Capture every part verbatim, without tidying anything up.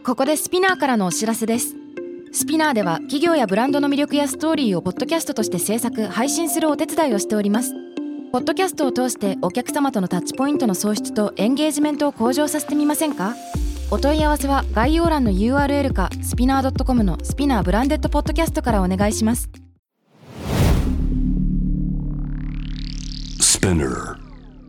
ここでスピナーからのお知らせです。スピナーでは企業やブランドの魅力やストーリーをポッドキャストとして制作・配信するお手伝いをしております。ポッドキャストを通してお客様とのタッチポイントの創出とエンゲージメントを向上させてみませんか？お問い合わせは概要欄の ユーアールエル かスピナー ドットコム のスピナーブランデッドポッドキャストからお願いします。スピナー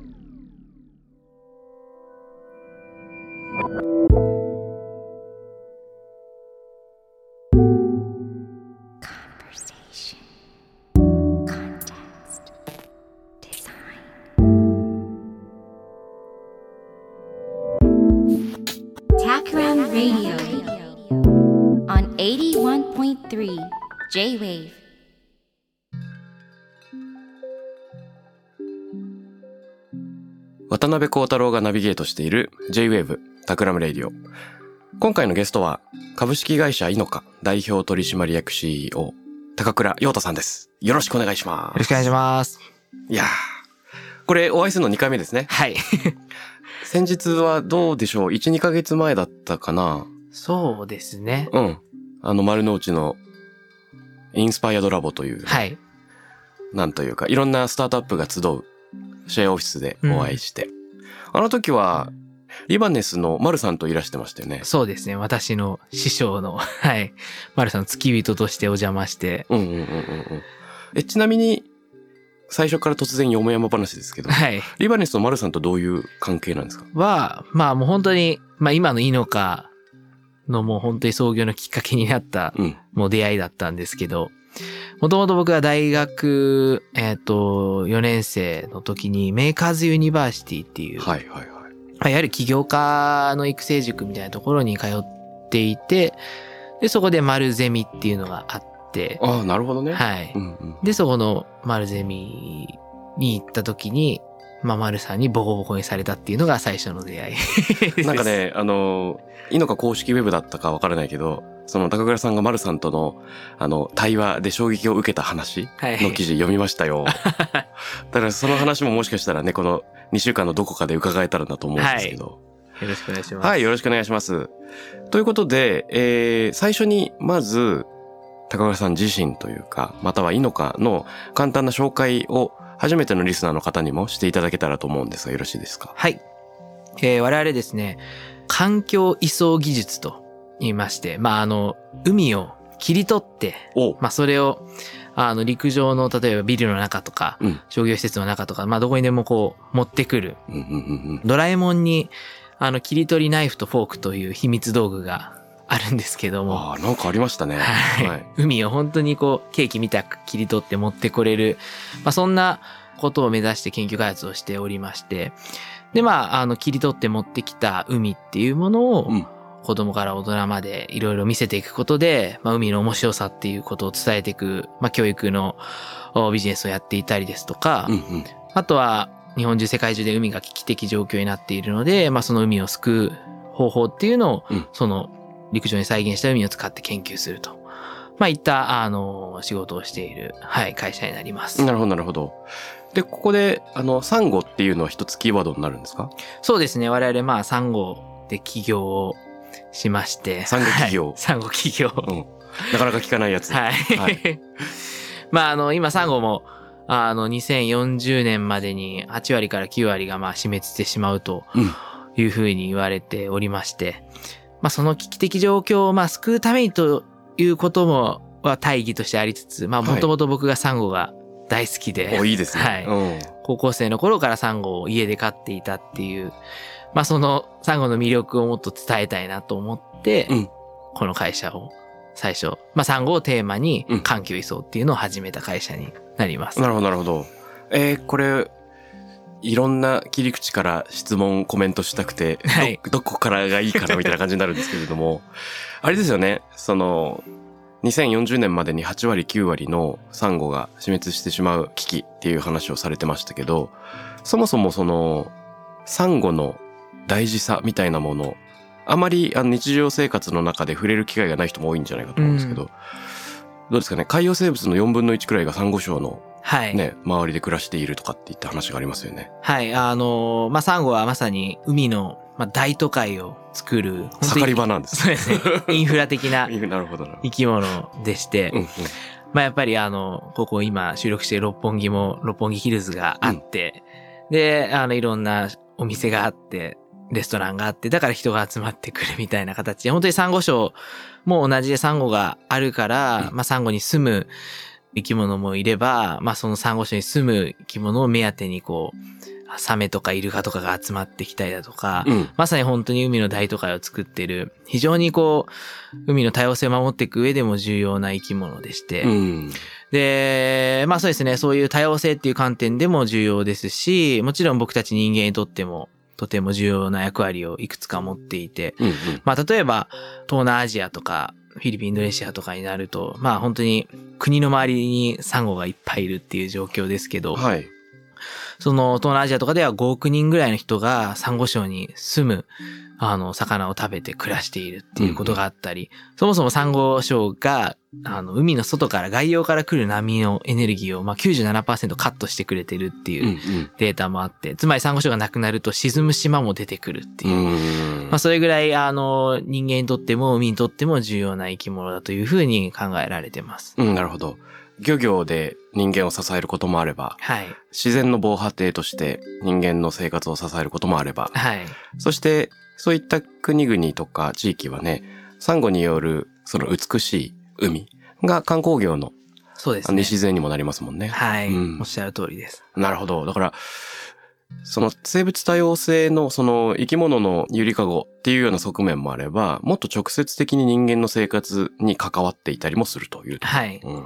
Radio on eighty-one point three J-Wave。 渡辺幸太郎がナビゲートしている J-Wave タクラムレディオ。今回のゲストは株式会社イノカ代表取締役 シーイーオー 高倉陽太さんです。よろしくお願いします。 よろしくお願いします。 いやー、これお会いするのにかいめですね。 はい。 先日はどうでしょう ?いち、にかげつまえだったかな。 そうですね。 うん。あの丸の内のインスパイアドラボという。 はい。 なんというか、いろんなスタートアップが集うシェアオフィスでお会いして。うん、あの時は、リバネスのマルさんといらしてましたよね。 そうですね。私の師匠の、はい。マルさんの付き人としてお邪魔して。 うんうんうんうんうん。え、ちなみに、最初から突然よもやま話ですけど、 はい。 リバネスのマルさんとどういう関係なんですか？ は、まあもう本当に、まあ今のイノカのもう本当に創業のきっかけになった、うん、もう出会いだったんですけど、もともと僕は大学、えっと、よねん生の時にメーカーズユニバーシティっていう、 はいはいはい。 いわゆる起業家の育成塾みたいなところに通っていて、で、そこでマルゼミっていうのがあって、 ああ、なるほどね。 はい。うんうん、で、そこのマルゼミに行った時に、まあ、マルさんにボコボコにされたっていうのが最初の出会い。 なんかね、あの、イノカ公式ウェブだったかわからないけど、その高倉さんがマルさんとの、あの、対話で衝撃を受けた話の記事読みましたよ。はい、だからその話ももしかしたらね、このにしゅうかんのどこかで伺えたらなと思うんですけど。はい、 よろしくお願いします。 はい、よろしくお願いします。ということで、えー、最初にまず、高倉さん自身というか、またはイノカの簡単な紹介を初めてのリスナーの方にもしていただけたらと思うんですが、よろしいですか？ はい。えー、我々ですね、環境移送技術と言いまして、まあ、あの、海を切り取って、まあ、それを、あの、陸上の、例えばビルの中とか、うん、商業施設の中とか、まあ、どこにでもこう、持ってくる。うんうんうん、ドラえもんに、あの、切り取りナイフとフォークという秘密道具があるんですけども。 ああ、なんかありましたね。 はい。はい、海を本当にこう、ケーキみたく切り取って持ってこれる。まあ、そんなことを目指して研究開発をしておりまして。で、まあ、あの、切り取って持ってきた海っていうものを、うん、子供から大人までいろいろ見せていくことで、まあ、海の面白さっていうことを伝えていく、まあ、教育のビジネスをやっていたりですとか、うんうん、あとは、日本中世界中で海が危機的状況になっているので、まあ、その海を救う方法っていうのを、うん、その陸上に再現した海を使って研究すると。まあ、いった、あの、仕事をしている、はい、会社になります。 なるほど、なるほど。で、ここで、あの、サンゴっていうのは一つキーワードになるんですか？ そうですね。我々、まあ、サンゴで起業をしまして。 サンゴ起業。はい、 サンゴ起業、うん。 なかなか聞かないやつ。 はい。はい、まあ、あの、今、サンゴも、あの、にせんよんじゅうねんまでにはちわりからきゅうわりが、まあ、死滅してしまうというふうに言われておりまして、うん、まあ、その危機的状況を、まあ、救うためにということも、は大義としてありつつ、まあ、もともと僕がサンゴが大好きで。 はい、お、いいですね。 はい、うん。高校生の頃からサンゴを家で飼っていたっていう、まあ、そのサンゴの魅力をもっと伝えたいなと思って、うん、この会社を最初、まあ、サンゴをテーマに環境移送っていうのを始めた会社になります。 うん、なるほど、なるほど。えー、これ、いろんな切り口から質問、コメントしたくて、はい、ど、どこからがいいかなみたいな感じになるんですけれども、あれですよね、その、にせんよんじゅうねんまでにはちわりきゅうわりのサンゴが死滅してしまう危機っていう話をされてましたけど、そもそもその、サンゴの大事さみたいなもの、あまりあの日常生活の中で触れる機会がない人も多いんじゃないかと思うんですけど、うん、どうですかね、海洋生物のよんぶんのいちくらいがサンゴ礁のはい。ね、周りで暮らしているとかっていった話がありますよね。 はい。あの、まあ、サンゴはまさに海の、まあ、大都会を作る。 盛り場なんですね。そうですね。インフラ的ななるほどな生き物でして、うんうん、まあやっぱりあの、ここ今収録している六本木も六本木ヒルズがあって、うん、で、あのいろんなお店があって、レストランがあって、だから人が集まってくるみたいな形で、本当にサンゴ礁も同じでサンゴがあるから、うん、まあサンゴに住む生き物もいれば、まあそのサンゴ礁に住む生き物を目当てにこう、サメとかイルカとかが集まってきたりだとか、うん、まさに本当に海の大都会を作っている、非常にこう、海の多様性を守っていく上でも重要な生き物でして、うん、で、まあそうですね、そういう多様性っていう観点でも重要ですし、もちろん僕たち人間にとってもとても重要な役割をいくつか持っていて、うんうん、まあ例えば東南アジアとかフィリピン、インドネシアとかになると、まあ本当に国の周りにサンゴがいっぱいいるっていう状況ですけど、はい、その東南アジアとかではごおくにんぐらいの人がサンゴ礁に住むあの魚を食べて暮らしているっていうことがあったり、うん、そもそもサンゴ礁があの海の外から外洋から来る波のエネルギーをまあ きゅうじゅうななパーセント カットしてくれてるっていうデータもあって、うんうん、つまりサンゴ礁がなくなると沈む島も出てくるっていう、うん、まあそれぐらいあの人間にとっても海にとっても重要な生き物だというふうに考えられてます。 うん、なるほど。漁業で人間を支えることもあれば、はい、自然の防波堤として人間の生活を支えることもあれば、はい、そしてそういった国々とか地域はね、サンゴによるその美しい海が観光業のそうですね、 礎にもなりますもんね。 はい、うん、おっしゃる通りです。 なるほど。だからその生物多様性のその生き物のゆりかごっていうような側面もあれば、もっと直接的に人間の生活に関わっていたりもするというと。はい。うん、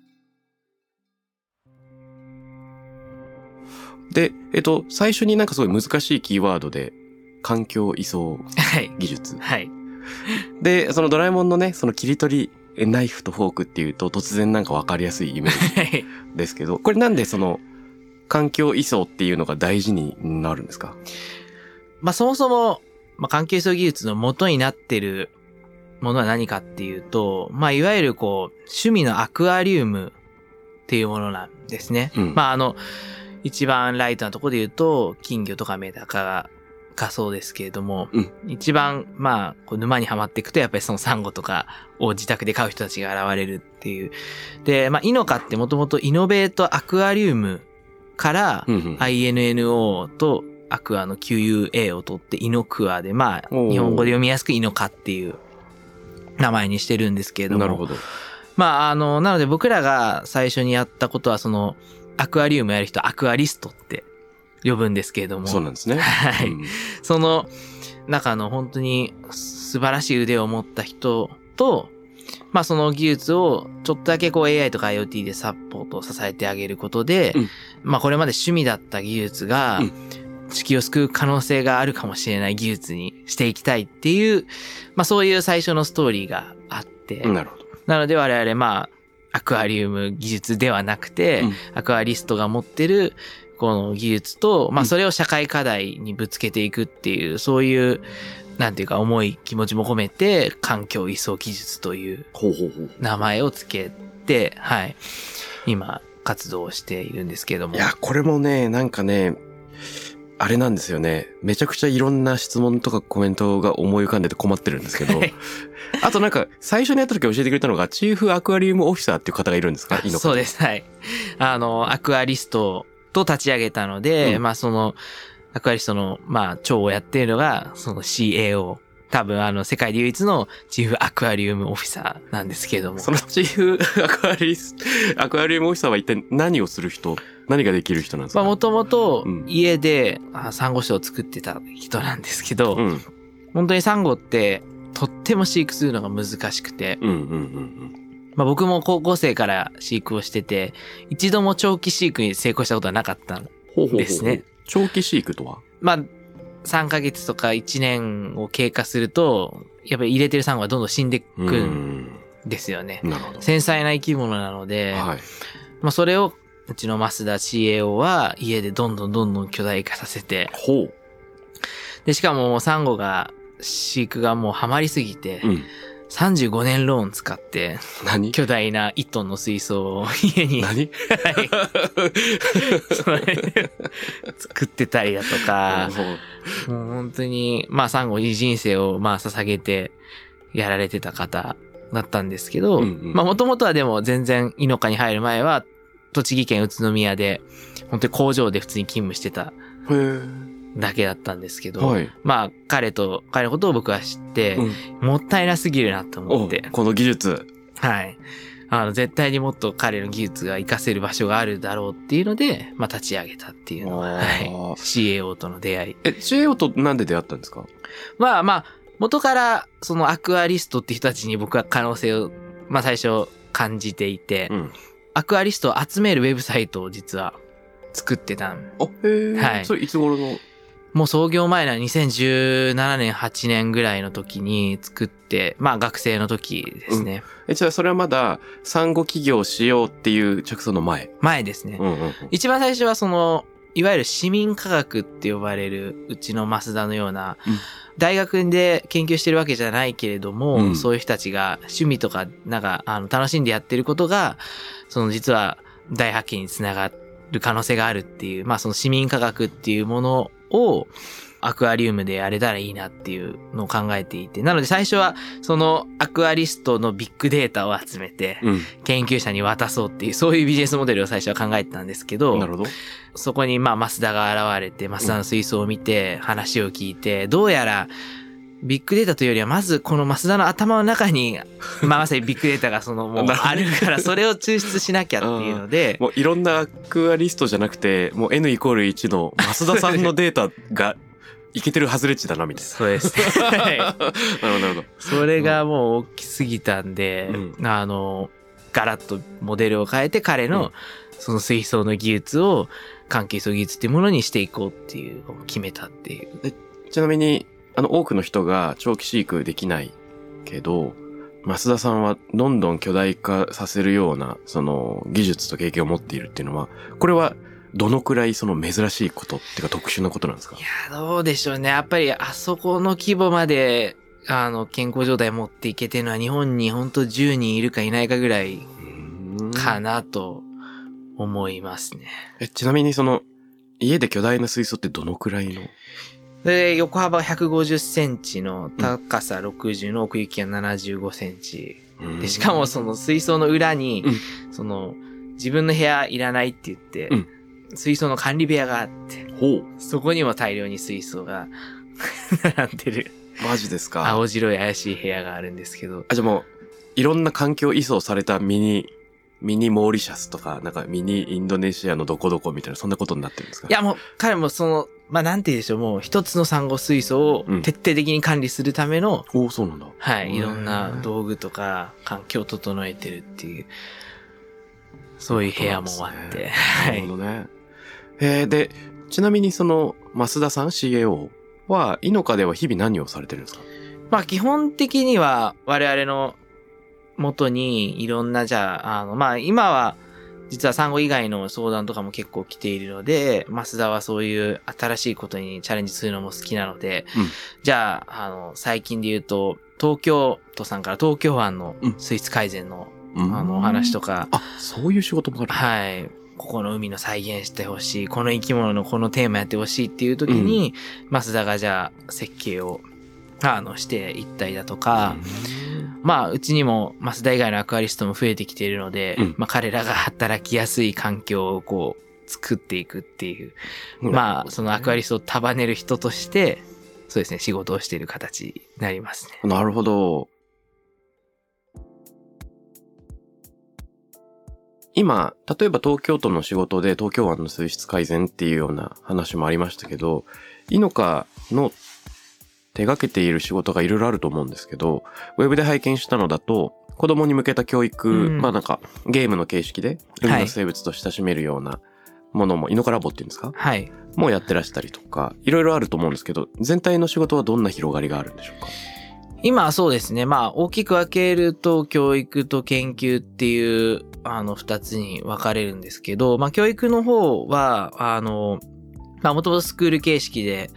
で、えっと、最初になんかすごい難しいキーワードで、環境移送技術。はい。はい、で、そのドラえもんのね、その切り取り、ナイフとフォークっていうと突然なんかわかりやすいイメージですけど、これなんでその、環境移送っていうのが大事になるんですか？ まあそもそも、まあ環境移送技術の元になってるものは何かっていうと、まあいわゆるこう、趣味のアクアリウムっていうものなんですね。うん、まああの、一番ライトなところで言うと、金魚とかメダカがそうですけれども、うん、一番、まあ、こう沼にはまっていくと、やっぱりそのサンゴとかを自宅で飼う人たちが現れるっていう。で、まあ、イノカってもともとイノベートアクアリウムから、うんうん、アイエヌエヌオー とアクアの キューユーエー を取ってイノクアで、まあ、日本語で読みやすくイノカっていう名前にしてるんですけれども。 なるほど。 まあ、あの、なので僕らが最初にやったことは、その、アクアリウムやる人、アクアリストって呼ぶんですけれども。 そうなんですね。 はい。うん、その中の本当に素晴らしい腕を持った人と、まあその技術をちょっとだけこう エーアイ とか IoT でサポートを支えてあげることで、うん、まあこれまで趣味だった技術が、地球を救う可能性があるかもしれない技術にしていきたいっていう、まあそういう最初のストーリーがあって。 なるほど。 なので我々まあ、アクアリウム技術ではなくて、うん、アクアリストが持ってるこの技術と、まあそれを社会課題にぶつけていくっていう、そういう、なんていうか重い気持ちも込めて、環境移送技術という名前をつけて、はい、今活動しているんですけれども。 いや、これもね、なんかね、あれなんですよね。めちゃくちゃいろんな質問とかコメントが思い浮かんでて困ってるんですけど、あとなんか最初にやった時教えてくれたのがチーフアクアリウムオフィサーっていう方がいるんですか？いいのか？ そうです。はい。あの、アクアリストと立ち上げたので、うん、まあその、アクアリストの、まあ長をやっているのが、その シーエーオー。多分あの世界で唯一のチーフアクアリウムオフィサーなんですけれども。 そのチーフアクアリス、アクアリウムオフィサーは一体何をする人？何ができる人なんですか？ まあもともと家でサンゴ礁を作ってた人なんですけど、うん、本当にサンゴってとっても飼育するのが難しくて、うんうんうんうん、まあ僕も高校生から飼育をしてて、一度も長期飼育に成功したことはなかったんですね。ほうほうほうほう。 長期飼育とは？ まあさんかげつとかいちねんを経過すると、やっぱり入れてるサンゴがどんどん死んでいくんですよね。なるほど。繊細な生き物なので、はい、まあそれをうちの増田 シーエーオー は家でどんどんどんどん巨大化させて、ほう。で、しかもサンゴが飼育がもうハマりすぎて、うん、 さんじゅうごねんローン使って、 何巨大ないっトンの水槽を家に、 何はい、それ作ってたりだとか、もう本当に、まあ、サンゴに人生をまあ捧げてやられてた方だったんですけど、うんうん、まあ、もともとはでも全然井の科に入る前は、栃木県宇都宮で、本当に工場で普通に勤務してただけだったんですけど、はい、まあ彼と、彼のことを僕は知って、うん、もったいなすぎるなと思って。 この技術。 はい。あの、絶対にもっと彼の技術が活かせる場所があるだろうっていうので、まあ立ち上げたっていうのは、はい。シーエーオー との出会い。 え、シーエーオー となんで出会ったんですか？ まあまあ、元からそのアクアリストって人たちに僕は可能性を、まあ最初感じていて、うん、アクアリストを集めるウェブサイトを実は作ってたん。 あ、へー。はい。それいつ頃の？ もう創業前のにせんじゅうななねん、はちねんぐらいの時に作って、まあ学生の時ですね。 うん、え、じゃあそれはまだ産後起業しようっていう着想の前？ 前ですね。うんうんうん、一番最初はその、いわゆる市民科学って呼ばれるうちの増田のような、うん、大学で研究してるわけじゃないけれども、うん、そういう人たちが趣味とかなんかあの楽しんでやってることが、その実は大発見につながる可能性があるっていう、まあその市民科学っていうものをアクアリウムでやれたらいいなっていうのを考えていて。なので最初はそのアクアリストのビッグデータを集めて研究者に渡そうっていう、そういうビジネスモデルを最初は考えてたんですけど、 なるほど。 そこにまあ増田が現れて、増田の水槽を見て話を聞いて、どうやらビッグデータというよりはまずこの増田の頭の中に、まあまさにビッグデータがそのもうあるからそれを抽出しなきゃっていうので、 もういろんなアクアリストじゃなくて、もう N イコールいちの増田さんのデータがいけてる外れ値だなみたいな。 そうですね。はい。なるほどなるほど。 それがもう大きすぎたんで、うん、あのガラッとモデルを変えて彼のその水槽の技術を関係層技術っていうものにしていこうっていうのを決めたっていう。 でちなみにあの多くの人が長期飼育できないけど、増田さんはどんどん巨大化させるようなその技術と経験を持っているっていうのは、これはどのくらいその珍しいことっていうか特殊なことなんですか？ いや、どうでしょうね。やっぱりあそこの規模まであの健康状態持っていけてるのは日本に本当じゅうにんいるかいないかぐらいかなと思いますね。 え、ちなみにその家で巨大な水槽ってどのくらいの？ で、横幅ひゃくごじゅっセンチの高さろくじゅうの奥行きがななじゅうごセンチ。で、しかもその水槽の裏に、うん、その自分の部屋いらないって言って、うん、水槽の管理部屋があって、ほう。そこにも大量に水槽が並んでる。 マジですか？ 青白い怪しい部屋があるんですけど。 あ、じゃあもう、いろんな環境移送されたミニ、ミニモーリシャスとか、なんかミニインドネシアのどこどこみたいな、そんなことになってるんですか？ いやもう、彼もその、まあ、なんて言うんでしょう、もう一つのサンゴ水槽を徹底的に管理するための、 うん、おそうなんだ。 はい、いろんな道具とか環境を整えてるっていう、そういう部屋もあって。 なるほどね。えー、で、ちなみにその、増田さん シーエーオー は、イノカでは日々何をされてるんですか？ まあ、基本的には我々の元にいろんな、じゃあ、あの、まあ、今は、実はサンゴ以外の相談とかも結構来ているので、増田はそういう新しいことにチャレンジするのも好きなので、うん、じゃあ、あの、最近で言うと、東京都さんから東京湾の水質改善の、うん、あの、お話とか、 あ、そういう仕事もある。 はい。ここの海の再現してほしい、この生き物のこのテーマやってほしいっていう時に、うん、増田がじゃあ、設計を、あの、していったりだとか、うんまあ、うちにも、増田以外のアクアリストも増えてきているので、うん、まあ、彼らが働きやすい環境をこう、作っていくっていう、うん、まあ、そのアクアリストを束ねる人として、そうですね、仕事をしている形になりますね。 なるほど。今、例えば東京都の仕事で東京湾の水質改善っていうような話もありましたけど、イノカの手掛けている仕事がいろいろあると思うんですけど、ウェブで拝見したのだと、子供に向けた教育、うん、まあなんかゲームの形式で海の生物と親しめるようなものも、はい、イノカラボっていうんですか？はい。もうやってらしたりとか、いろいろあると思うんですけど、全体の仕事はどんな広がりがあるんでしょうか？ 今はそうですね。まあ大きく分けると教育と研究っていうあの二つに分かれるんですけど、まあ教育の方は、あの、まあもともとスクール形式で、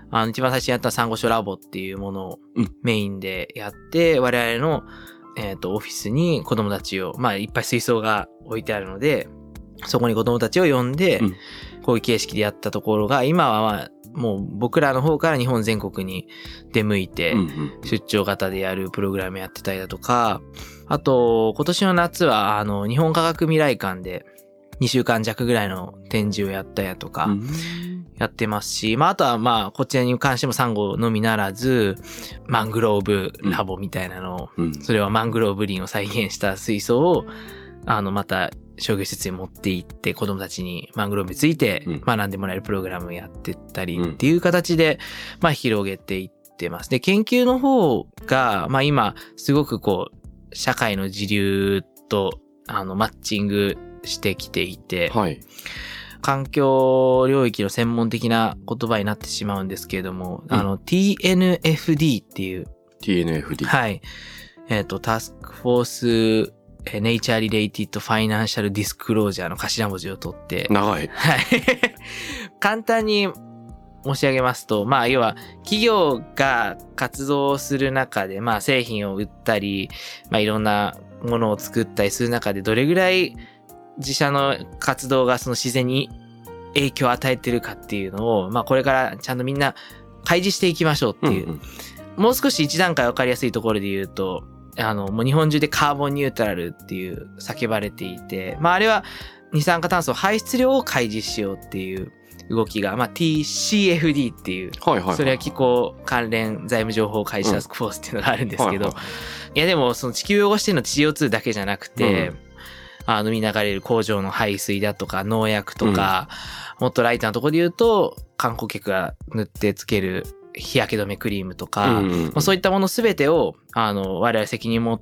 あの、一番最初にやったサンゴ礁ラボっていうものをメインでやって、うん、我々の、えっと、オフィスに子供たちを、まあ、いっぱい水槽が置いてあるので、そこに子供たちを呼んで、うん、こういう形式でやったところが、今はまあ、もう僕らの方から日本全国に出向いて、出張型でやるプログラムやってたりだとか、あと、今年の夏は、あの、日本科学未来館でにしゅうかん弱ぐらいの展示をやったりだとか、やってますし、まあ、あとはまあ、こちらに関してもサンゴのみならず、マングローブラボみたいなのを、うん、それはマングローブ林を再現した水槽を、あの、また、商業施設に持って行って子供たちにマングローブについて学んでもらえるプログラムをやってったりっていう形で、まあ広げていってます。で、研究の方が、まあ今、すごくこう、社会の時流と、あの、マッチングしてきていて、はい、環境領域の専門的な言葉になってしまうんですけれども、うん、あの、ティーエヌエフディー っていう。 ティーエヌエフディー。 はい。えっと、タスクフォース、Nature Related Financial Disclosure の頭文字を取って。 長い。 はい。簡単に申し上げますと、まあ、要は、企業が活動する中で、まあ、製品を売ったり、まあ、いろんなものを作ったりする中で、どれぐらい自社の活動がその自然に影響を与えてるかっていうのを、まあ、これからちゃんとみんな開示していきましょうっていう。うんうん、もう少し一段階わかりやすいところで言うと、あの、もう日本中でカーボンニュートラルっていう叫ばれていて、まああれは二酸化炭素排出量を開示しようっていう動きが、まあ ティーシーエフディー っていう、はいはいはい、それは気候関連財務情報開示タスクフォースっていうのがあるんですけど、うんはいはい、いやでもその地球を汚してるの シーオーツー だけじゃなくて、うん、あの、海に流れる工場の排水だとか農薬とか、うん、もっとライトなところで言うと、観光客が塗ってつける日焼け止めクリームとか、うんうんまあ、そういったものすべてを、あの、我々責任持って、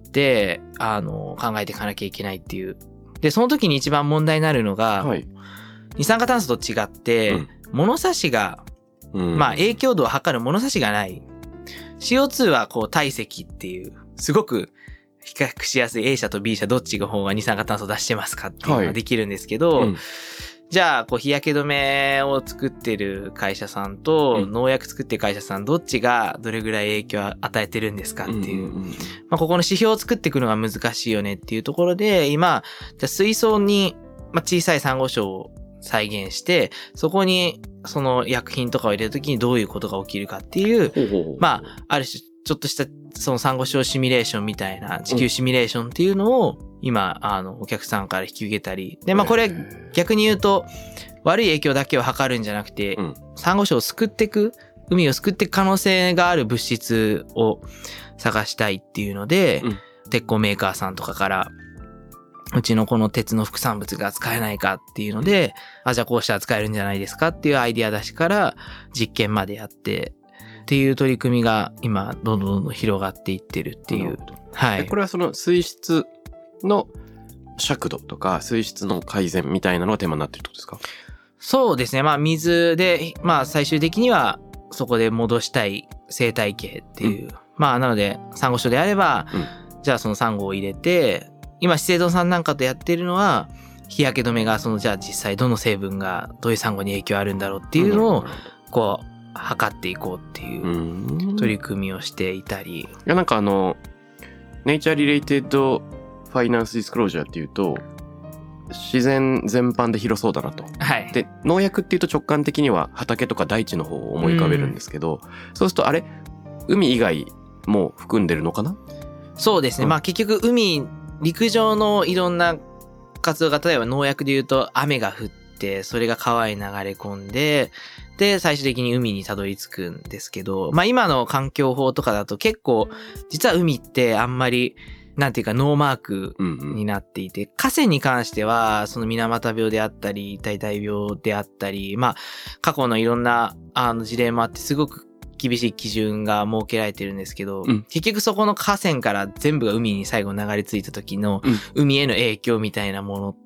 あの、考えていかなきゃいけないっていう。で、その時に一番問題になるのが、はい、二酸化炭素と違って、うん、物差しが、うん、まあ、影響度を測る物差しがない。シーオーツー はこう、体積っていう、すごく比較しやすい A 社と B 社どっちが方が二酸化炭素出してますかっていうのができるんですけど、はいうんじゃあ、こう、日焼け止めを作ってる会社さんと、農薬作ってる会社さん、どっちがどれぐらい影響を与えてるんですかっていう。うんうんうん、まあ、ここの指標を作っていくのが難しいよねっていうところで、今、じゃあ水槽に、まあ、小さいサンゴ礁を再現して、そこに、その薬品とかを入れるときにどういうことが起きるかっていう、ほうほうほうまあ、ある種、ちょっとした、そのサンゴ礁シミュレーションみたいな、地球シミュレーションっていうのを、今、あの、お客さんから引き受けたり。で、まあこれ、逆に言うと、悪い影響だけを測るんじゃなくて、うん、サンゴ礁を救っていく、海を救っていく可能性がある物質を探したいっていうので、うん、鉄鋼メーカーさんとかから、うちのこの鉄の副産物が使えないかっていうので、あ、じゃあこうしたら使えるんじゃないですかっていうアイディア出しから実験までやって、っていう取り組みが今、どんどんどんどん広がっていってるっていう。はい。 これはその水質の尺度とか水質の改善みたいなのがテーマになってるってことですか？ そうですね。まあ水で、まあ最終的にはそこで戻したい生態系っていう。うん、まあなので、サンゴ礁であれば、うん、じゃあそのサンゴを入れて、今資生堂さんなんかとやってるのは、日焼け止めがそのじゃあ実際どの成分がどういうサンゴに影響あるんだろうっていうのを、こう、測っていこうっていう取り組みをしていたり。いやなんかあの、Nature Related Finance Disclosure っていうと、自然全般で広そうだなと。 はい。 で、農薬っていうと直感的には畑とか大地の方を思い浮かべるんですけど、そうするとあれ、海以外も含んでるのかな？ そうですね。うん、まあ結局海、陸上のいろんな活動が、例えば農薬で言うと雨が降って、それが川に流れ込んで、で、最終的に海にたどり着くんですけど、まあ今の環境法とかだと結構、実は海ってあんまり、なんていうかノーマークになっていて、うんうん、河川に関しては、その水俣病であったり、大体病であったり、まあ、過去のいろんなあの事例もあって、すごく厳しい基準が設けられてるんですけど、うん、結局そこの河川から全部が海に最後流れ着いた時の、海への影響みたいなものって、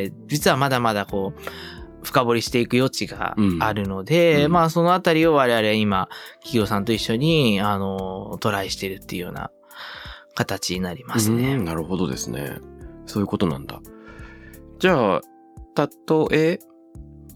実はまだまだこう、深掘りしていく余地があるので、うんうん、まあそのあたりを我々は今、企業さんと一緒に、あの、トライしてるっていうような形になりますね。 なるほどですね。そういうことなんだ。じゃあ、たとえ、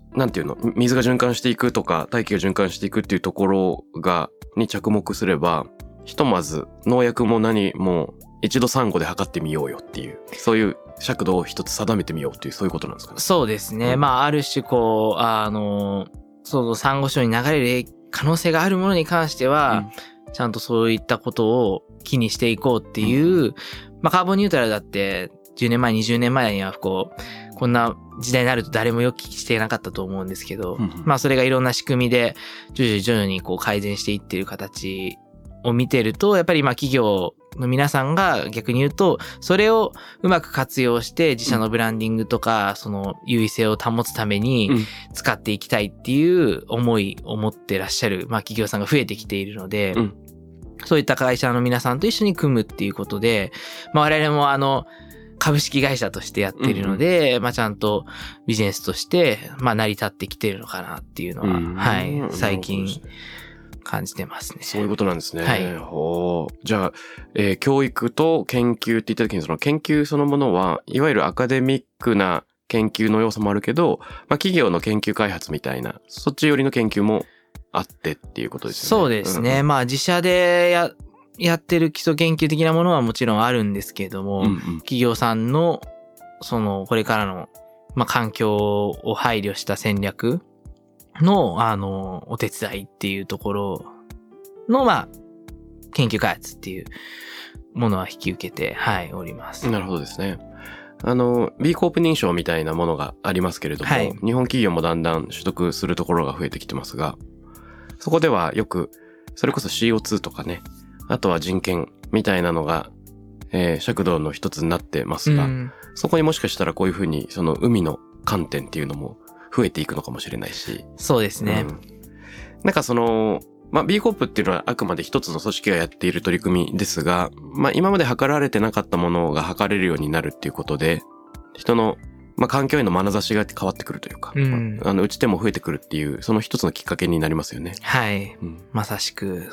なんていうの、水が循環していくとか大気が循環していくっていうところがに着目すれば、ひとまず農薬も何も一度サンゴで測ってみようよっていう、そういう尺度を一つ定めてみようっていう、そういうことなんですかね。 そうですね、うん、まあある種こうあのそのサンゴ礁に流れる可能性があるものに関しては、うん、ちゃんとそういったことを気にしていこうっていう、うん、まあカーボンニュートラルだってじゅうねんまえにじゅうねんまえにはこうこんな時代になると誰も予期してなかったと思うんですけど、うん、まあそれがいろんな仕組みで徐々に徐々にこう改善していっている形を見てると、やっぱりまあ企業の皆さんが逆に言うとそれをうまく活用して自社のブランディングとかその優位性を保つために使っていきたいっていう思いを持ってらっしゃるまあ企業さんが増えてきているので、うん、そういった会社の皆さんと一緒に組むっていうことで、まあ我々もあの株式会社としてやっているので、うん、まあちゃんとビジネスとしてまあ成り立ってきているのかなっていうのは、うん、はい最近感じてますね。 そういうことなんですね。はい。ほう。じゃあ、えー、教育と研究って言った時に、その研究そのものは、いわゆるアカデミックな研究の要素もあるけど、まあ企業の研究開発みたいな、そっち寄りの研究もあってっていうことですよね。 そうですね。うん、まあ自社でや、やってる基礎研究的なものはもちろんあるんですけれども、うんうん、企業さんの、その、これからの、まあ環境を配慮した戦略の、あの、お手伝いっていうところの、まあ、研究開発っていうものは引き受けて、はい、おります。 なるほどですね。あの、B コープ認証みたいなものがありますけれども、はい、日本企業もだんだん取得するところが増えてきてますが、そこではよく、それこそ シーオーツー とかね、あとは人権みたいなのが、えー、尺度の一つになってますが、うん、そこにもしかしたらこういうふうに、その海の観点っていうのも、増えていくのかもしれないし。 そうですね。 うん、なんかその、まあ、B コープっていうのはあくまで一つの組織がやっている取り組みですが、まあ、今まで測られてなかったものが測れるようになるっていうことで、人の、まあ、環境への眼差しが変わってくるというか、うん、まあ、あの、打ち手も増えてくるっていう、その一つのきっかけになりますよね。 はい。うん、まさしく。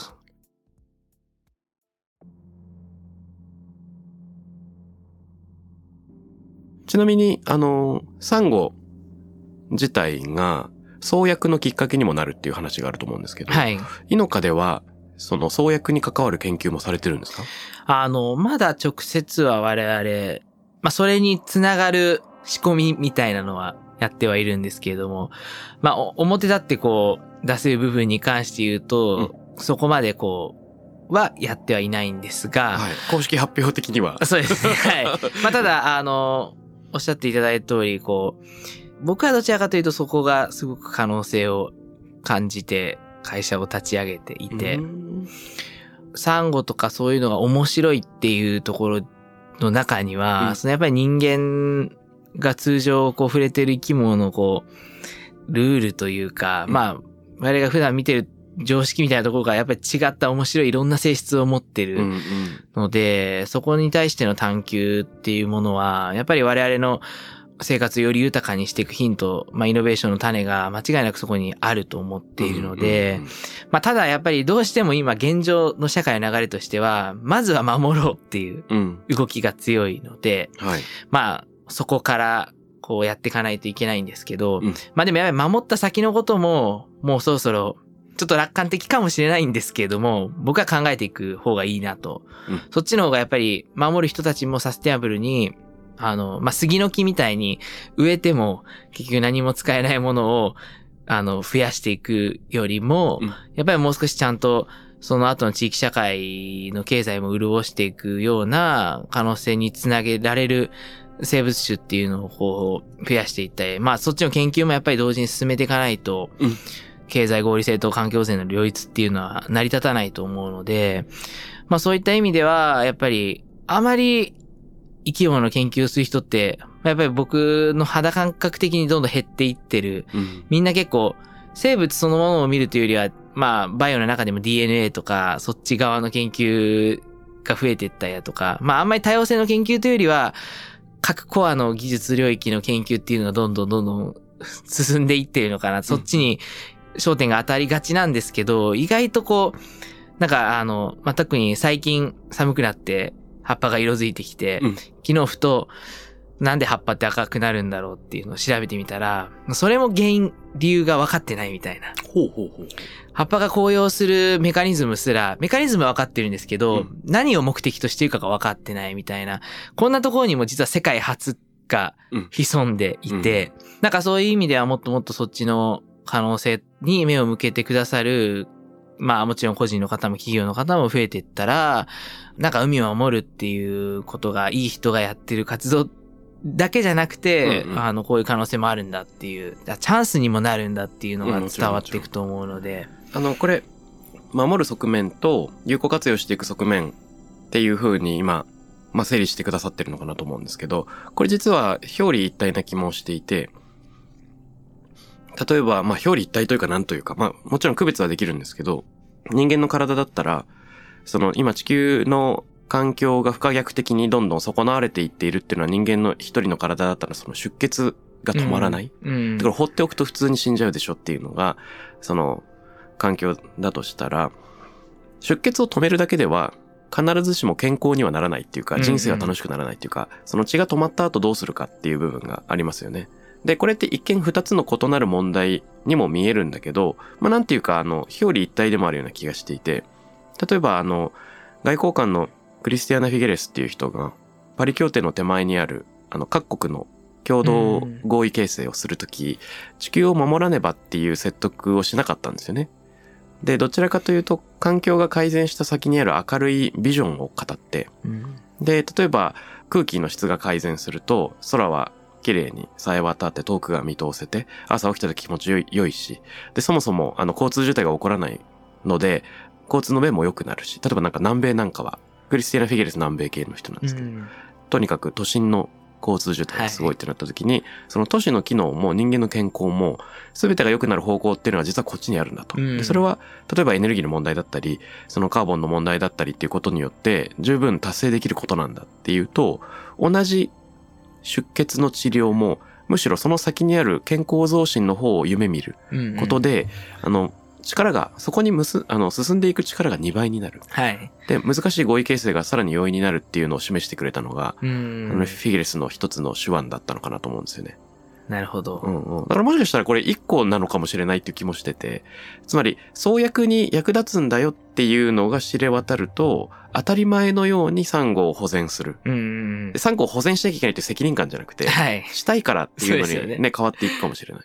ちなみに、あの、サンゴ、自体が創薬のきっかけにもなるっていう話があると思うんですけど、はい。イノカではその創薬に関わる研究もされてるんですか？ あの、まだ直接は我々、まあそれにつながる仕込みみたいなのはやってはいるんですけれども、まあ表立ってこう出せる部分に関して言うと、うん、そこまでこうはやってはいないんですが、はい、 公式発表的にはそうですね。はい。まあただあのおっしゃっていただいた通りこう。僕はどちらかというとそこがすごく可能性を感じて会社を立ち上げていて、サンゴとかそういうのが面白いっていうところの中には、うん、そのやっぱり人間が通常こう触れてる生き物のこう、ルールというか、うん、まあ、我々が普段見てる常識みたいなところがやっぱり違った面白いいろんな性質を持ってるので、うんうん、そこに対しての探求っていうものは、やっぱり我々の生活をより豊かにしていくヒント、まあイノベーションの種が間違いなくそこにあると思っているので、うんうんうん、まあただやっぱりどうしても今現状の社会の流れとしては、まずは守ろうっていう動きが強いので、うんはい、まあそこからこうやっていかないといけないんですけど、うん、まあでもやっぱり守った先のことももうそろそろちょっと楽観的かもしれないんですけれども、僕は考えていく方がいいなと。うん、そっちの方がやっぱり守る人たちもサステナブルにあの、まあ、杉の木みたいに植えても結局何も使えないものを、あの、増やしていくよりも、うん、やっぱりもう少しちゃんとその後の地域社会の経済も潤していくような可能性につなげられる生物種っていうのをこう増やしていって、まあそっちの研究もやっぱり同時に進めていかないと、うん、経済合理性と環境性の両立っていうのは成り立たないと思うので、まあそういった意味では、やっぱりあまり生き物の研究をする人って、やっぱり僕の肌感覚的にどんどん減っていってる。うん、みんな結構、生物そのものを見るというよりは、まあ、バイオの中でも ディーエヌエー とか、そっち側の研究が増えていったりだとか、まあ、あんまり多様性の研究というよりは、各コアの技術領域の研究っていうのがどんどんどんどん進んでいってるのかな。そっちに焦点が当たりがちなんですけど、意外とこう、なんかあの、まあ、特に最近寒くなって、葉っぱが色づいてきて、うん、昨日ふと、 なんで葉っぱって赤くなるんだろうっていうのを調べてみたら、それも原因、理由が分かってないみたいな。 ほうほうほう。 葉っぱが紅葉するメカニズムすら、メカニズムは分かってるんですけど、うん、何を目的としているかが分かってないみたいな。こんなところにも実は世界初が潜んでいて、うんうん、なんかそういう意味ではもっともっとそっちの可能性に目を向けてくださる、まあもちろん個人の方も企業の方も増えていったら、なんか海を守るっていうことがいい人がやってる活動だけじゃなくて、うんうん、あの、こういう可能性もあるんだっていう、チャンスにもなるんだっていうのが伝わっていくと思うので。 うん、あの、これ、守る側面と有効活用していく側面っていう風に今、まあ、整理してくださってるのかなと思うんですけど、これ実は表裏一体な気もしていて、例えば、まあ、表裏一体というか何というか、まあ、もちろん区別はできるんですけど、人間の体だったら、その、今地球の環境が不可逆的にどんどん損なわれていっているっていうのは人間の一人の体だったらその出血が止まらない。うんうん、だから放っておくと普通に死んじゃうでしょっていうのが、その、環境だとしたら、出血を止めるだけでは必ずしも健康にはならないっていうか、人生が楽しくならないっていうか、うんうん、その血が止まった後どうするかっていう部分がありますよね。で、これって一見二つの異なる問題にも見えるんだけど、まあ、なんていうか、あの、表裏一体でもあるような気がしていて、例えば、あの、外交官のクリスティアナ・フィゲレスっていう人が、パリ協定の手前にある、あの、各国の共同合意形成をするとき、地球を守らねばっていう説得をしなかったんですよね。で、どちらかというと、環境が改善した先にある明るいビジョンを語って、で、例えば、空気の質が改善すると、空は綺麗に冴え渡って遠くが見通せて、朝起きた時気持ち良い、良いし、で、そもそも、あの、交通渋滞が起こらないので、交通の便も良くなるし、例えばなんか南米なんかは、クリスティアナ・フィゲレス南米系の人なんですけど、うん、とにかく都心の交通渋滞がすごいってなった時に、はい、その都市の機能も人間の健康も全てが良くなる方向っていうのは実はこっちにあるんだと。うん、でそれは例えばエネルギーの問題だったり、そのカーボンの問題だったりっていうことによって十分達成できることなんだっていうと、同じ出血の治療もむしろその先にある健康増進の方を夢見ることで、うんうん、あの、力が、そこにむす、あの、進んでいく力がにばいになる。はい。で、難しい合意形成がさらに容易になるっていうのを示してくれたのが、うん、あのフィギレスの一つの手腕だったのかなと思うんですよね。 なるほど。 うんうん。だからもしかしたらこれ一個なのかもしれないっていう気もしてて、つまり、創薬に役立つんだよっていうのが知れ渡ると、当たり前のようにサンゴを保全する。うん。サンゴを保全しなきゃいけないっていう責任感じゃなくて、はい。したいからっていうのにね、ね変わっていくかもしれない。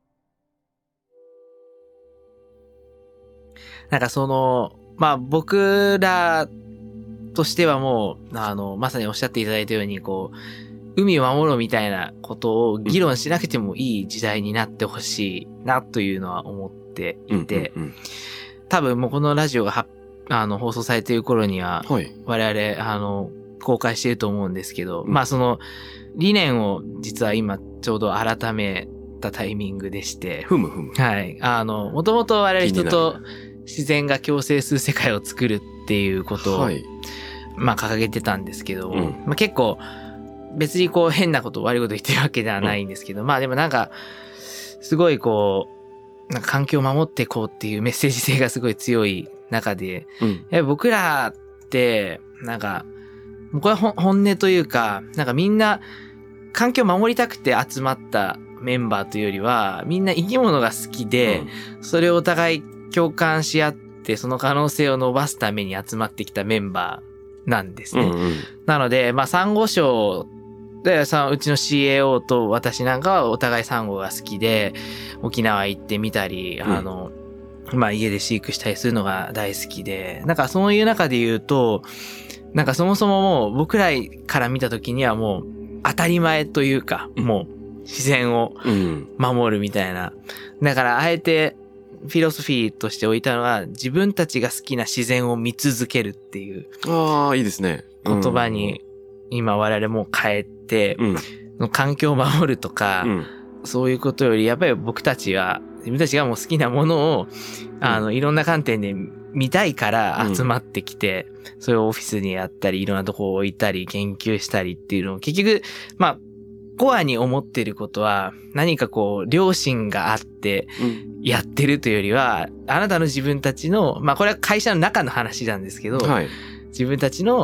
なんかその、まあ僕らとしてはもう、あの、まさにおっしゃっていただいたように、こう、海を守ろうみたいなことを議論しなくてもいい時代になってほしいなというのは思っていて、うんうんうん、多分もうこのラジオがはあの放送されている頃には、はい、我々、あの、公開していると思うんですけど、うん、まあその理念を実は今ちょうど改めたタイミングでして、 ふむふむ。 はい。あの、もともと我々人と、自然が共生する世界を作るっていうことを、はい、まあ掲げてたんですけど、うん、まあ、結構別にこう変なこと悪いこと言ってるわけではないんですけど、うん、まあでもなんかすごいこうなんか環境を守っていこうっていうメッセージ性がすごい強い中で、うん、や僕らってなんかこれは本音というかなんかみんな環境を守りたくて集まったメンバーというよりはみんな生き物が好きで、うん、それをお互い共感し合ってその可能性を伸ばすために集まってきたメンバーなんですね。うんうん、なので、まあ、サンゴ礁で、さ、うちの シーエーオー と私なんかはお互いサンゴが好きで、沖縄行ってみたり、うん、あの、まあ、家で飼育したりするのが大好きで、なんかそういう中で言うと、なんかそもそももう僕らから見た時にはもう当たり前というか、うん、もう自然を守るみたいな。だからあえて、フィロソフィーとして置いたのは自分たちが好きな自然を見続けるっていうああいいですね言葉に今我々も変えて、うん、環境を守るとか、うん、そういうことよりやっぱり僕たちは自分たちがもう好きなものをあのいろんな観点で見たいから集まってきて、うん、それをオフィスにやったりいろんなとこを置いたり研究したりっていうのを結局まあコアに思ってることは何かこう良心があってやってるというよりは、うん、あなたの自分たちのまあこれは会社の中の話なんですけど、はい、自分たちの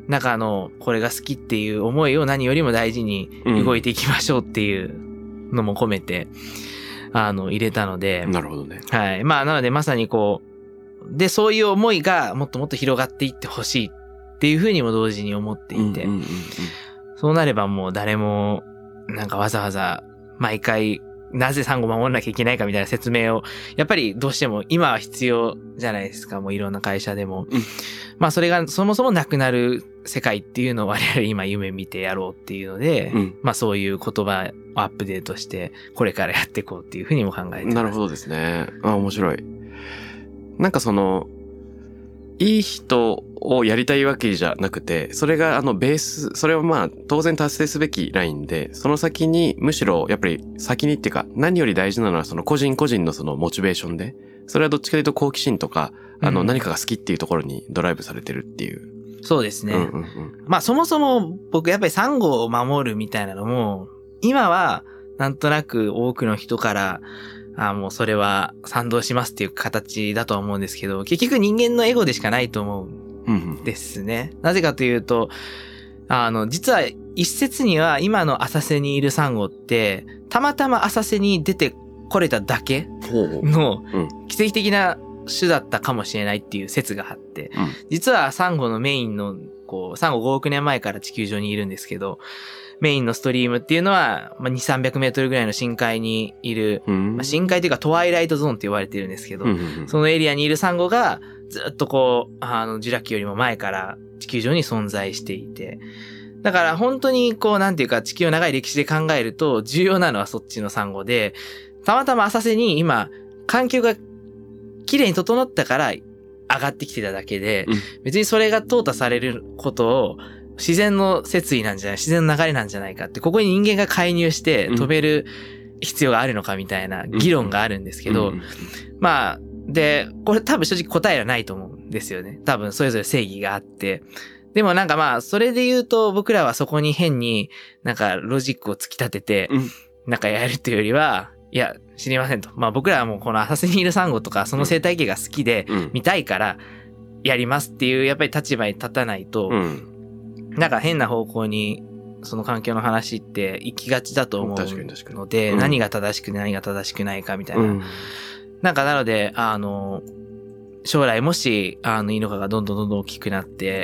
中のこれが好きっていう思いを何よりも大事に動いていきましょうっていうのも込めて、うん、あの入れたので。 なるほどね。 はい。まあなのでまさにこう、で、そういう思いがもっともっと広がっていってほしいっていうふうにも同時に思っていて、うんうんうんうん、そうなればもう誰もなんかわざわざ毎回なぜサンゴを守らなきゃいけないかみたいな説明をやっぱりどうしても今は必要じゃないですか。もういろんな会社でも、うん、まあそれがそもそもなくなる世界っていうのを我々今夢見てやろうっていうので、うん、まあそういう言葉をアップデートしてこれからやっていこうっていうふうにも考えてます。 なるほどですね。あ、面白い。なんかそのいい人をやりたいわけじゃなくて、それがあのベース、それはまあ当然達成すべきラインで、その先にむしろやっぱり先にっていうか何より大事なのはその個人個人のそのモチベーションで、それはどっちかというと好奇心とか、あの何かが好きっていうところにドライブされてるっていう。 うん、そうですね。うんうんうん、まあそもそも僕やっぱりサンゴを守るみたいなのも、今はなんとなく多くの人から、ああ、もうそれは賛同しますっていう形だとは思うんですけど、結局人間のエゴでしかないと思うんですね。うんうん、なぜかというと、あの、実は一説には今の浅瀬にいるサンゴって、たまたま浅瀬に出てこれただけの奇跡的な種だったかもしれないっていう説があって、うん、実はサンゴのメインの、こう、サンゴごおくねんまえから地球上にいるんですけど、メインのストリームっていうのは、まあ、にひゃく、さんびゃくメートルぐらいの深海にいる、まあ、深海というかトワイライトゾーンって言われてるんですけど、そのエリアにいるサンゴがずっとこう、あの、ジュラ紀よりも前から地球上に存在していて、だから本当にこう、なんていうか地球の長い歴史で考えると重要なのはそっちのサンゴで、たまたま浅瀬に今、環境が綺麗に整ったから上がってきてただけで、別にそれが淘汰されることを、自然の摂理なんじゃない、自然の流れなんじゃないかって、ここに人間が介入して飛べる必要があるのかみたいな議論があるんですけど、まあ、で、これ多分正直答えはないと思うんですよね。多分それぞれ正義があって。でもなんかまあ、それで言うと僕らはそこに変になんかロジックを突き立てて、なんかやるというよりは、いや、知りませんと。まあ僕らはもうこの浅瀬にいるサンゴとかその生態系が好きで見たいからやりますっていうやっぱり立場に立たないと、うんなんか変な方向にその環境の話って行きがちだと思うので、うん、何が正しくて何が正しくないかみたいな。うん、なんかなので、あの、将来もし、あの、イノカがどんどんどんどん大きくなって、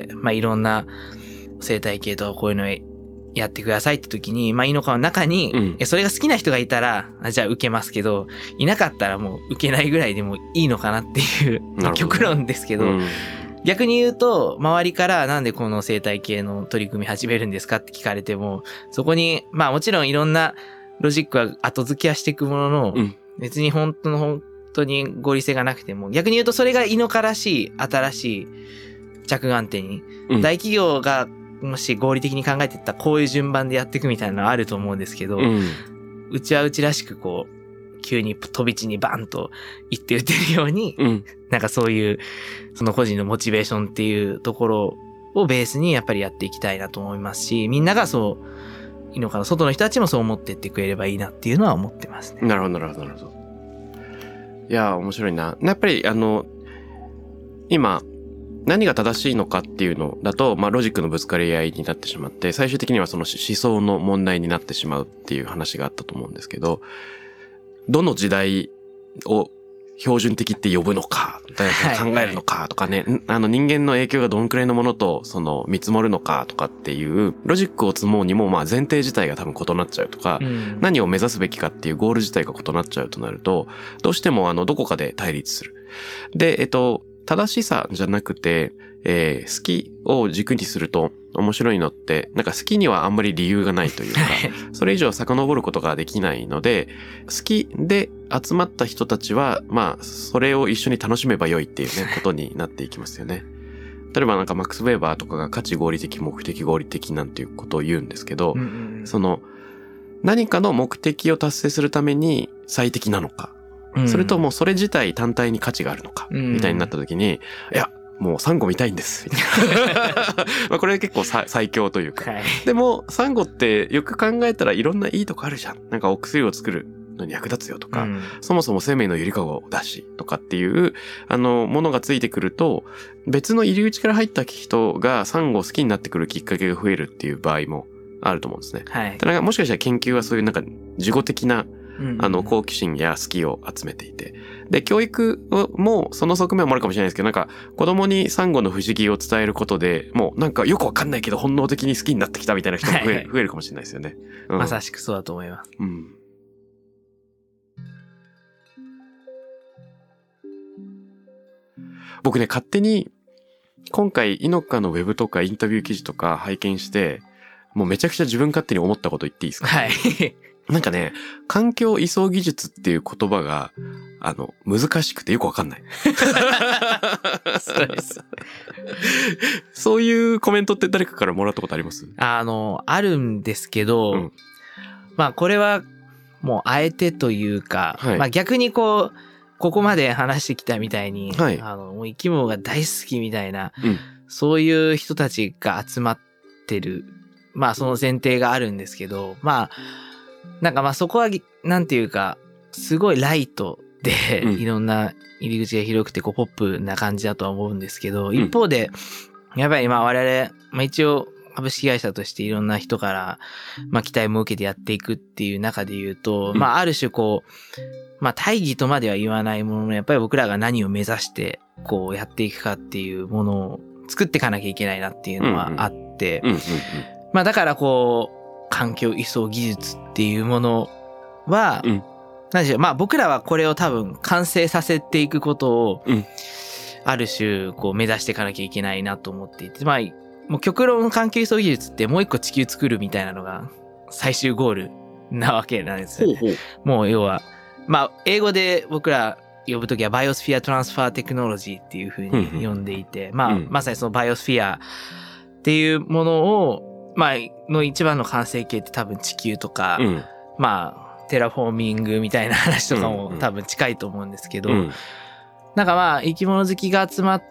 まあ、いろんな生態系とこういうのやってくださいって時に、まあ、イノカの中に、うん、え、それが好きな人がいたら、じゃあ受けますけど、いなかったらもう受けないぐらいでもいいのかなっていう、極論ですけど、うん逆に言うと、周りからなんでこの生態系の取り組み始めるんですかって聞かれても、そこに、まあもちろんいろんなロジックは後付けはしていくものの、うん、別に本当の本当に合理性がなくても、逆に言うとそれがイノカらしい、新しい着眼点に、うん、大企業がもし合理的に考えていったらこういう順番でやっていくみたいなのはあると思うんですけど、うん、うちはうちらしくこう、急に飛び地にバンと行って打てるように、うん、なんかそういう、その個人のモチベーションっていうところをベースにやっぱりやっていきたいなと思いますし、みんながそう、イノカの外の人たちもそう思ってってくれればいいなっていうのは思ってますね。 なるほど、なるほど、なるほど。いや、面白いな。やっぱりあの、今、何が正しいのかっていうのだと、まあロジックのぶつかり合いになってしまって、最終的にはその思想の問題になってしまうっていう話があったと思うんですけど、どの時代を標準的って呼ぶのか、考えるのかとかね、はいはい、あの人間の影響がどのくらいのものとその見積もるのかとかっていうロジックを積もうにもまあ前提自体が多分異なっちゃうとか、うん、何を目指すべきかっていうゴール自体が異なっちゃうとなると、どうしてもあのどこかで対立する。で、えっと、正しさじゃなくて、えー、好きを軸にすると面白いのって、なんか好きにはあんまり理由がないというか、それ以上遡ることができないので、好きで集まった人たちは、まあ、それを一緒に楽しめば良いっていうね、ことになっていきますよね。例えばなんかマックス・ウェーバーとかが価値合理的、目的合理的なんていうことを言うんですけど、うんうん、その、何かの目的を達成するために最適なのか、うん、それともそれ自体単体に価値があるのか、みたいになった時に、いや、もうサンゴ見たいんです。まあこれは結構最強というか。はい、でも、サンゴってよく考えたらいろんないいとこあるじゃん。なんかお薬を作る。 のに役立つよとか、 うん、 そもそも生命のゆりかごだしとかっていう、あの、ものがついてくると、別の入り口から入った人がサンゴを好きになってくるきっかけが増えるっていう場合もあると思うんですね。 はい。 ただもしかしたら研究はそういうなんか、自己的な、 うんうん、 あの、好奇心や好きを集めていて。で、教育もその側面もあるかもしれないですけど、なんか、子供にサンゴの不思議を伝えることで、もうなんかよくわかんないけど本能的に好きになってきたみたいな人が増える、はいはい、増えるかもしれないですよね。 うん、まさしくそうだと思います。 うん。僕ね、勝手に、今回、イノカのウェブとかインタビュー記事とか拝見して、もうめちゃくちゃ自分勝手に思ったこと言っていいですか？ はい。 なんかね、環境移送技術っていう言葉が、あの、難しくてよくわかんない。 そうです。 そういうコメントって誰かからもらったことあります？ あの、あるんですけど、うん、まあこれはもうあえてというか、はい、まあ逆にこう、ここまで話してきたみたいに、はい、あの、もう生き物が大好きみたいな、うん、そういう人たちが集まってる、まあその前提があるんですけど、まあ、なんかまあそこは、なんていうか、すごいライトで、うん、いろんな入り口が広くて、こうポップな感じだとは思うんですけど、うん、一方で、やっぱりまあ我々、まあ一応株式会社としていろんな人から、まあ期待も受けてやっていくっていう中で言うと、うん、まあある種こう、まあ大義とまでは言わないものの、やっぱり僕らが何を目指して、こうやっていくかっていうものを作っていかなきゃいけないなっていうのはあって、まあだからこう、環境移送技術っていうものは、うん、何でしょう、まあ僕らはこれを多分完成させていくことを、うん、ある種こう目指していかなきゃいけないなと思っていて、まあもう極論環境移送技術ってもう一個地球作るみたいなのが最終ゴールなわけなんですよね。ほうほう。もう要は、まあ英語で僕ら呼ぶときはバイオスフィアトランスファーテクノロジーっていうふうに呼んでいて、うんうん、まあ、うん、まさにそのバイオスフィアっていうものをまあ、の一番の完成形って多分地球とか、うん、まあ、テラフォーミングみたいな話とかも多分近いと思うんですけど、うんうん、なんかまあ、生き物好きが集まって、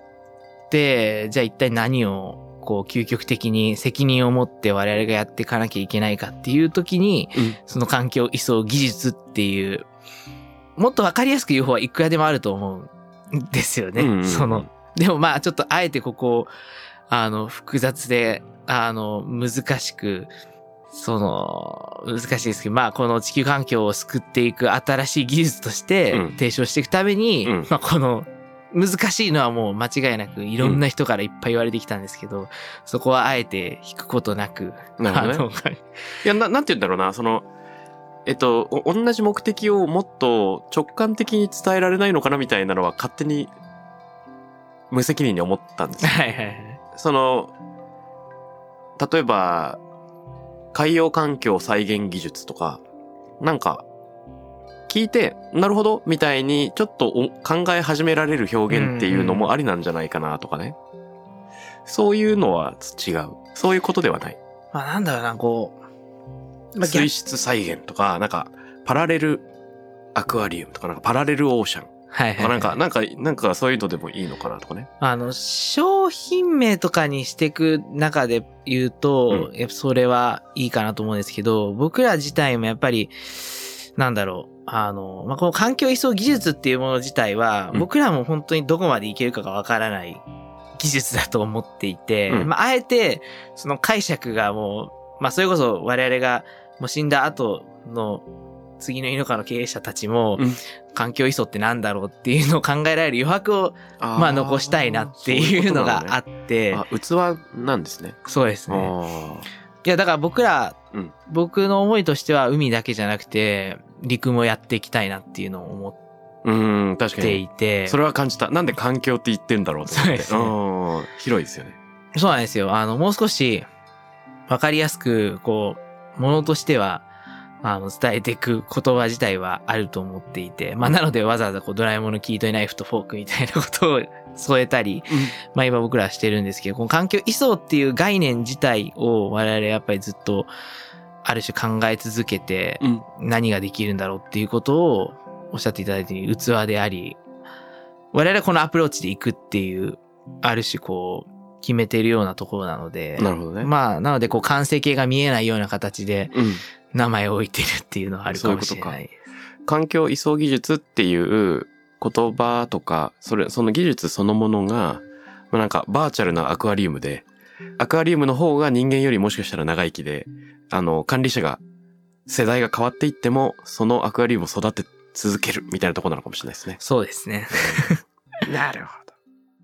じゃあ一体何を、こう、究極的に責任を持って我々がやっていかなきゃいけないかっていう時に、うん、その環境移送技術っていう、もっとわかりやすく言う方はいくらでもあると思うんですよね。うんうん、その、でもまあ、ちょっとあえてここ、あの、複雑で、あの、難しく、その、難しいですけど、まあ、この地球環境を救っていく新しい技術として提唱していくために、うん、まあ、この、難しいのはもう間違いなくいろんな人からいっぱい言われてきたんですけど、うん、そこはあえて引くことなく。 なるほどね。いや、な、なんて言うんだろうな、その、えっと、同じ目的をもっと直感的に伝えられないのかなみたいなのは勝手に無責任に思ったんですよ。 はいはいはい。 その、例えば、海洋環境再現技術とか、なんか、聞いて、なるほど、みたいに、ちょっと考え始められる表現っていうのもありなんじゃないかなとかね。そういうのは違う。そういうことではない。 まあなんだろうな、こう、まあ、水質再現とか、なんか、パラレルアクアリウムとか、なんかパラレルオーシャン。 はいはい、はい。 なんか、なんか、なんかそういうのでもいいのかなとかね。 あの、商品名とかにしていく中で言うと、うん、やっぱそれはいいかなと思うんですけど、僕ら自体もやっぱり、なんだろう、あの、まあ、この環境移送技術っていうもの自体は、うん、僕らも本当にどこまでいけるかがわからない技術だと思っていて、うん、まあ、あえて、その解釈がもう、まあ、それこそ我々がもう死んだ後の次のイノカの経営者たちも、うん、環境移送ってなんだろうっていうのを考えられる余白を、あまあ残したいなっていうのがあって。 ううね、あ、器なんですね。 そうですね。いや、だから僕ら、うん、僕の思いとしては海だけじゃなくて、陸もやっていきたいなっていうのを思っていて。 それは感じた。なんで環境って言ってんだろうと思って。そうですね。広いですよね。 そうなんですよ。あの、もう少し、わかりやすく、こう、ものとしては、あの、伝えていく言葉自体はあると思っていて。まあ、なのでわざわざこう、ドラえもんの切り取りナイフとフォークみたいなことを添えたり、うん、まあ今僕らはしてるんですけど、この環境移送っていう概念自体を我々やっぱりずっと、ある種考え続けて、何ができるんだろうっていうことをおっしゃっていただいている器であり、我々はこのアプローチでいくっていう、ある種こう、決めているようなところなので、 なるほどね。 まあ、なのでこう完成形が見えないような形で、名前を置いてるっていうのはあるかもしれない。 うん、そういうことか。 環境移送技術っていう言葉とか、それ、その技術そのものが、まあ、なんかバーチャルなアクアリウムで、アクアリウムの方が人間よりもしかしたら長生きで、あの、管理者が、世代が変わっていっても、そのアクアリウムを育て続けるみたいなところなのかもしれないですね。 そうですね。 なるほど。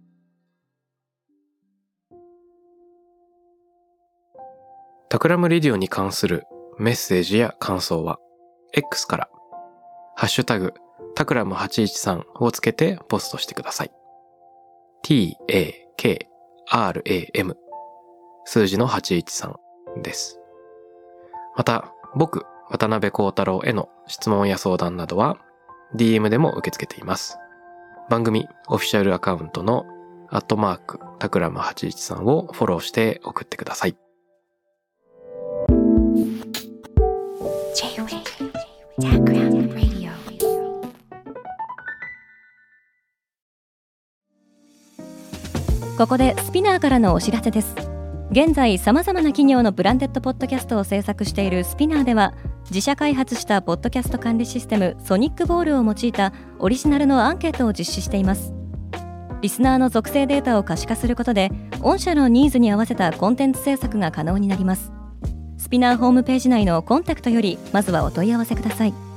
タクラムレディオに関するメッセージや感想は、X から、ハッシュタグ、タクラムはちいちさんをつけてポストしてください。ティー エー ケー アール エー エム 数字のはちいちさんです。また、僕、渡辺幸太郎への質問や相談などは ディーエム でも受け付けています。番組オフィシャルアカウントのアットマークタクラムはちいちさんをフォローして送ってください。 ここでスピナーからのお知らせです。現在さまざまな企業のブランデッドポッドキャストを制作しているスピナーでは、自社開発したポッドキャスト管理システムソニックボールを用いたオリジナルのアンケートを実施しています。リスナーの属性データを可視化することで、御社のニーズに合わせたコンテンツ制作が可能になります。スピナーホームページ内のコンタクトよりまずはお問い合わせください。